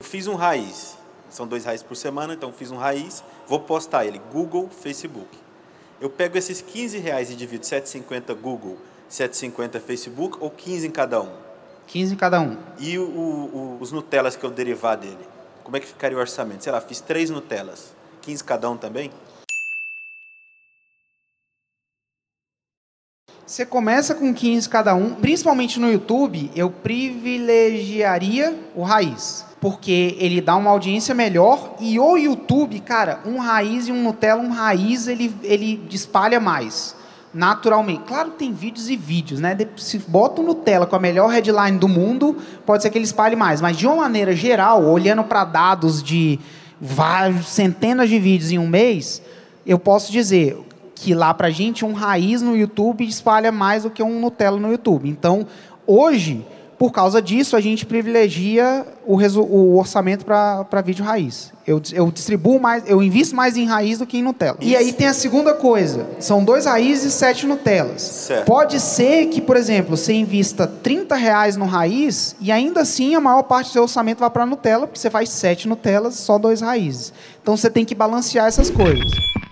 fiz um raiz. São 2 raízes por semana, então fiz um raiz, vou postar ele, Google, Facebook. Eu pego esses R$15 e divido 7,50 Google, 7,50 Facebook ou 15 em cada um? 15 em cada um. E os Nutellas que eu derivar dele? Como é que ficaria o orçamento? Sei lá, fiz 3 Nutellas, 15 cada um também? Você começa com 15 cada um, principalmente no YouTube, eu privilegiaria o raiz, porque ele dá uma audiência melhor e o YouTube, cara, um raiz e um Nutella, um raiz, ele espalha mais, naturalmente. Claro que tem vídeos e vídeos, né? Se bota um Nutella com a melhor headline do mundo, pode ser que ele espalhe mais, mas de uma maneira geral, olhando para dados de vários, centenas de vídeos em um mês, eu posso dizer que lá pra gente um raiz no YouTube espalha mais do que um Nutella no YouTube. Então, hoje, por causa disso, a gente privilegia o orçamento para vídeo raiz. Eu distribuo mais, eu invisto mais em raiz do que em Nutella. Isso. E aí tem a segunda coisa, são 2 raízes e 7 Nutellas. Certo. Pode ser que, por exemplo, você invista R$30 no raiz e ainda assim a maior parte do seu orçamento vai para Nutella, porque você faz 7 Nutellas, só 2 raízes. Então você tem que balancear essas coisas.